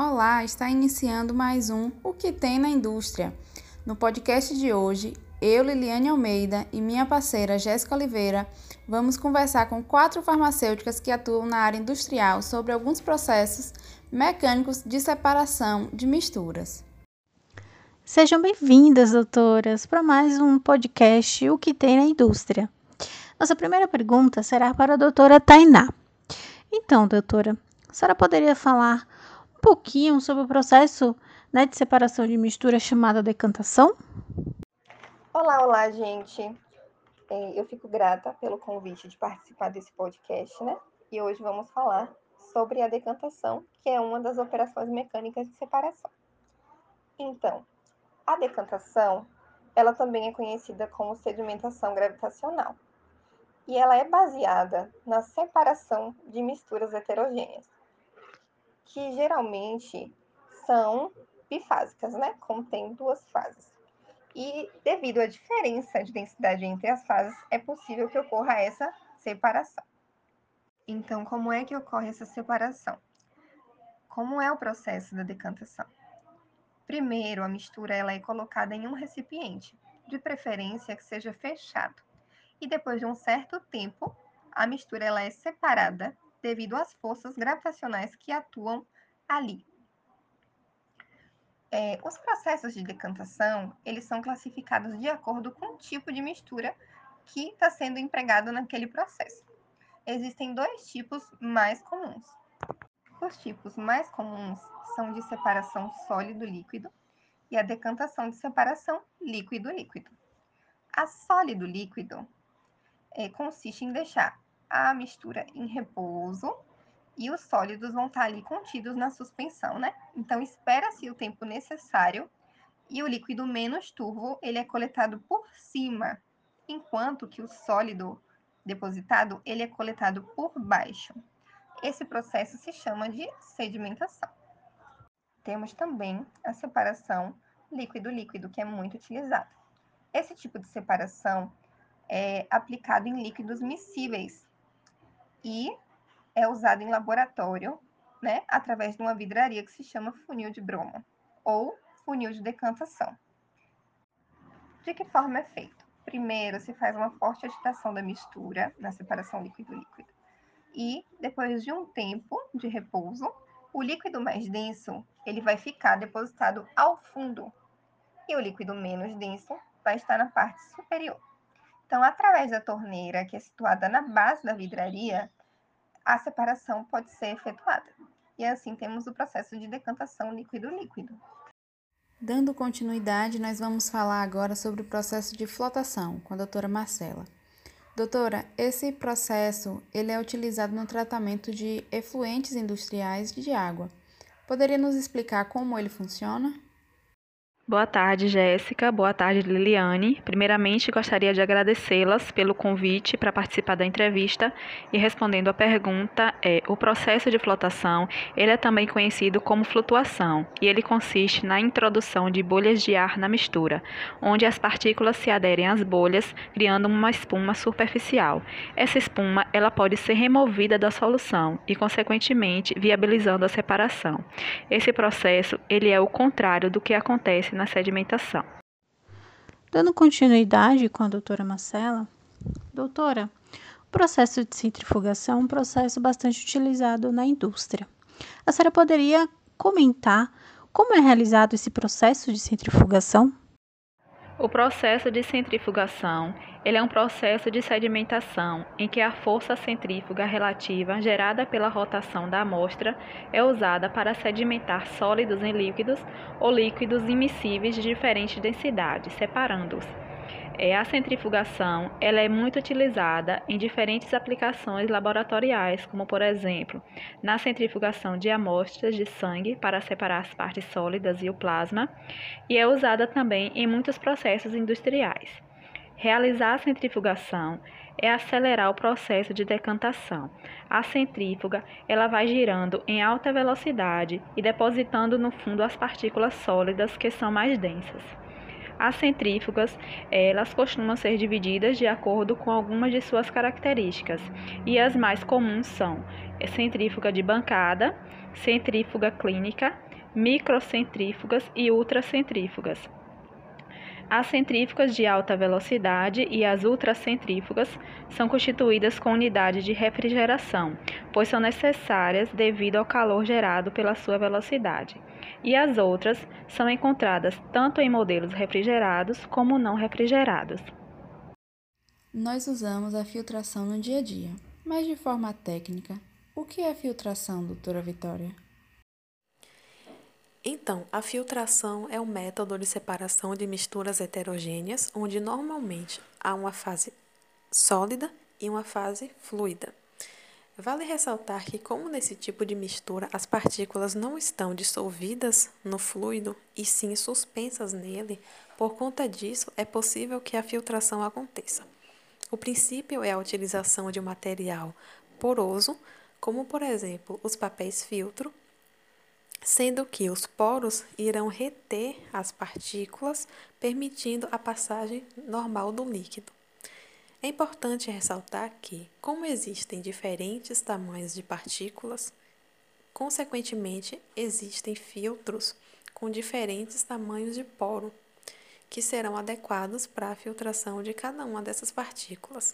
Olá, está iniciando mais um O que tem na indústria. No podcast de hoje, eu, Liliane Almeida e minha parceira Jéssica Oliveira, vamos conversar com 4 farmacêuticas que atuam na área industrial sobre alguns processos mecânicos de separação de misturas. Sejam bem-vindas, doutoras, para mais um podcast O que tem na indústria. Nossa primeira pergunta será para a doutora Tainá. Então, doutora, a senhora poderia falar um pouquinho sobre o processo de separação de mistura chamada decantação? Olá, gente. Eu fico grata pelo convite de participar desse podcast, né? E hoje vamos falar sobre a decantação, que é uma das operações mecânicas de separação. Então, a decantação, ela também é conhecida como sedimentação gravitacional. E ela é baseada na separação de misturas heterogêneas, que geralmente são bifásicas, né? Contém 2 fases. E devido à diferença de densidade entre as fases, é possível que ocorra essa separação. Então, como é que ocorre essa separação? Como é o processo da decantação? Primeiro, a mistura ela é colocada em um recipiente, de preferência que seja fechado. E depois de um certo tempo, a mistura ela é separada devido às forças gravitacionais que atuam ali. Os processos de decantação, eles são classificados de acordo com o tipo de mistura que está sendo empregado naquele processo. Existem 2 tipos mais comuns. Os tipos mais comuns são de separação sólido-líquido e a decantação de separação líquido-líquido. A sólido-líquido consiste em deixar a mistura em repouso e os sólidos vão estar ali contidos na suspensão, né? Então, espera-se o tempo necessário e o líquido menos turvo, ele é coletado por cima, enquanto que o sólido depositado, ele é coletado por baixo. Esse processo se chama de sedimentação. Temos também a separação líquido-líquido, que é muito utilizada. Esse tipo de separação é aplicado em líquidos miscíveis e é usado em laboratório, né, através de uma vidraria que se chama funil de Bromo ou funil de decantação. De que forma é feito? Primeiro, se faz uma forte agitação da mistura na separação líquido-líquido. E, depois de um tempo de repouso, o líquido mais denso ele vai ficar depositado ao fundo e o líquido menos denso vai estar na parte superior. Então, através da torneira, que é situada na base da vidraria, a separação pode ser efetuada. E assim temos o processo de decantação líquido-líquido. Dando continuidade, nós vamos falar agora sobre o processo de flotação com a doutora Marcela. Doutora, esse processo ele é utilizado no tratamento de efluentes industriais de água. Poderia nos explicar como ele funciona? Boa tarde, Jéssica. Boa tarde, Liliane. Primeiramente, gostaria de agradecê-las pelo convite para participar da entrevista e respondendo à pergunta, o processo de flotação, ele é também conhecido como flutuação e ele consiste na introdução de bolhas de ar na mistura, onde as partículas se aderem às bolhas, criando uma espuma superficial. Essa espuma, ela pode ser removida da solução e, consequentemente, viabilizando a separação. Esse processo, ele é o contrário do que acontece na sedimentação. Dando continuidade com a doutora Marcela, doutora, o processo de centrifugação é um processo bastante utilizado na indústria. A senhora poderia comentar como é realizado esse processo de centrifugação? O processo de centrifugação, ele é um processo de sedimentação em que a força centrífuga relativa gerada pela rotação da amostra é usada para sedimentar sólidos em líquidos ou líquidos immiscíveis de diferentes densidades, separando-os. A centrifugação ela é muito utilizada em diferentes aplicações laboratoriais, como, por exemplo, na centrifugação de amostras de sangue para separar as partes sólidas e o plasma, e é usada também em muitos processos industriais. Realizar a centrifugação é acelerar o processo de decantação. A centrífuga ela vai girando em alta velocidade e depositando no fundo as partículas sólidas que são mais densas. As centrífugas, elas costumam ser divididas de acordo com algumas de suas características, e as mais comuns são centrífuga de bancada, centrífuga clínica, microcentrífugas e ultracentrífugas. As centrífugas de alta velocidade e as ultracentrífugas são constituídas com unidade de refrigeração, pois são necessárias devido ao calor gerado pela sua velocidade. E as outras são encontradas tanto em modelos refrigerados como não refrigerados. Nós usamos a filtração no dia a dia, mas de forma técnica, o que é filtração, doutora Vitória? Então, a filtração é um método de separação de misturas heterogêneas, onde normalmente há uma fase sólida e uma fase fluida. Vale ressaltar que, como nesse tipo de mistura as partículas não estão dissolvidas no fluido e sim suspensas nele, por conta disso é possível que a filtração aconteça. O princípio é a utilização de um material poroso, como por exemplo os papéis filtro, sendo que os poros irão reter as partículas, permitindo a passagem normal do líquido. É importante ressaltar que, como existem diferentes tamanhos de partículas, consequentemente existem filtros com diferentes tamanhos de poro, que serão adequados para a filtração de cada uma dessas partículas.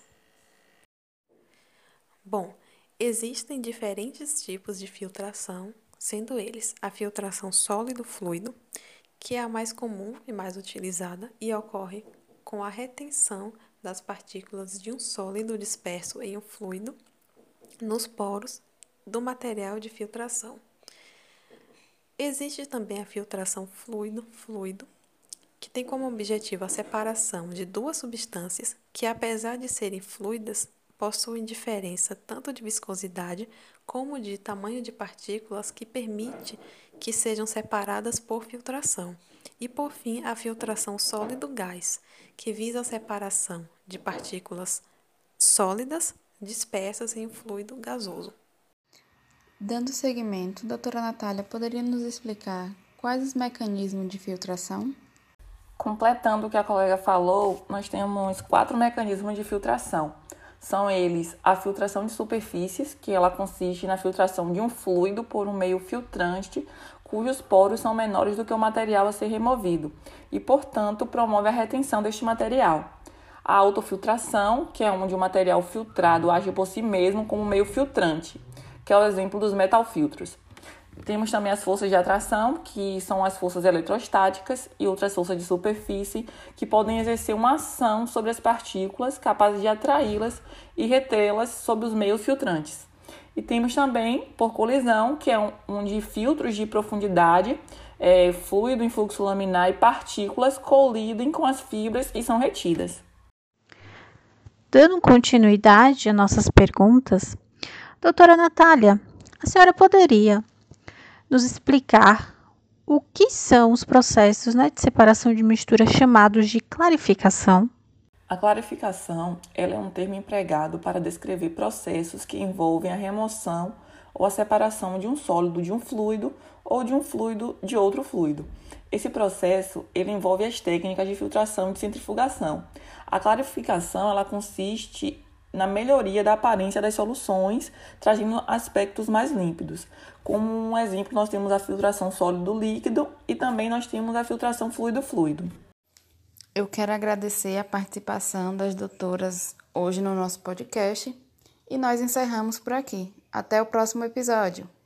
Bom, existem diferentes tipos de filtração, sendo eles a filtração sólido-fluido, que é a mais comum e mais utilizada e ocorre com a retenção das partículas de um sólido disperso em um fluido nos poros do material de filtração. Existe também a filtração fluido-fluido, que tem como objetivo a separação de duas substâncias que, apesar de serem fluidas, possuem diferença tanto de viscosidade como de tamanho de partículas que permite que sejam separadas por filtração. E, por fim, a filtração sólido-gás, que visa a separação de partículas sólidas dispersas em um fluido gasoso. Dando seguimento, doutora Natália, poderia nos explicar quais os mecanismos de filtração? Completando o que a colega falou, nós temos 4 mecanismos de filtração. São eles a filtração de superfícies, que ela consiste na filtração de um fluido por um meio filtrante, cujos poros são menores do que o material a ser removido e, portanto, promove a retenção deste material. A autofiltração, que é onde o material filtrado age por si mesmo como meio filtrante, que é o exemplo dos metalfiltros. Temos também as forças de atração, que são as forças eletrostáticas, e outras forças de superfície, que podem exercer uma ação sobre as partículas, capazes de atraí-las e retê-las sob os meios filtrantes. E temos também, por colisão, que é onde filtros de profundidade, fluido em fluxo laminar e partículas colidem com as fibras e são retidas. Dando continuidade às nossas perguntas, doutora Natália, a senhora poderia nos explicar o que são os processos de separação de mistura chamados de clarificação? A clarificação ela é um termo empregado para descrever processos que envolvem a remoção ou a separação de um sólido de um fluido ou de um fluido de outro fluido. Esse processo ele envolve as técnicas de filtração e de centrifugação. A clarificação ela consiste na melhoria da aparência das soluções, trazendo aspectos mais límpidos. Como um exemplo, nós temos a filtração sólido-líquido e também nós temos a filtração fluido-fluido. Eu quero agradecer a participação das doutoras hoje no nosso podcast e nós encerramos por aqui. Até o próximo episódio.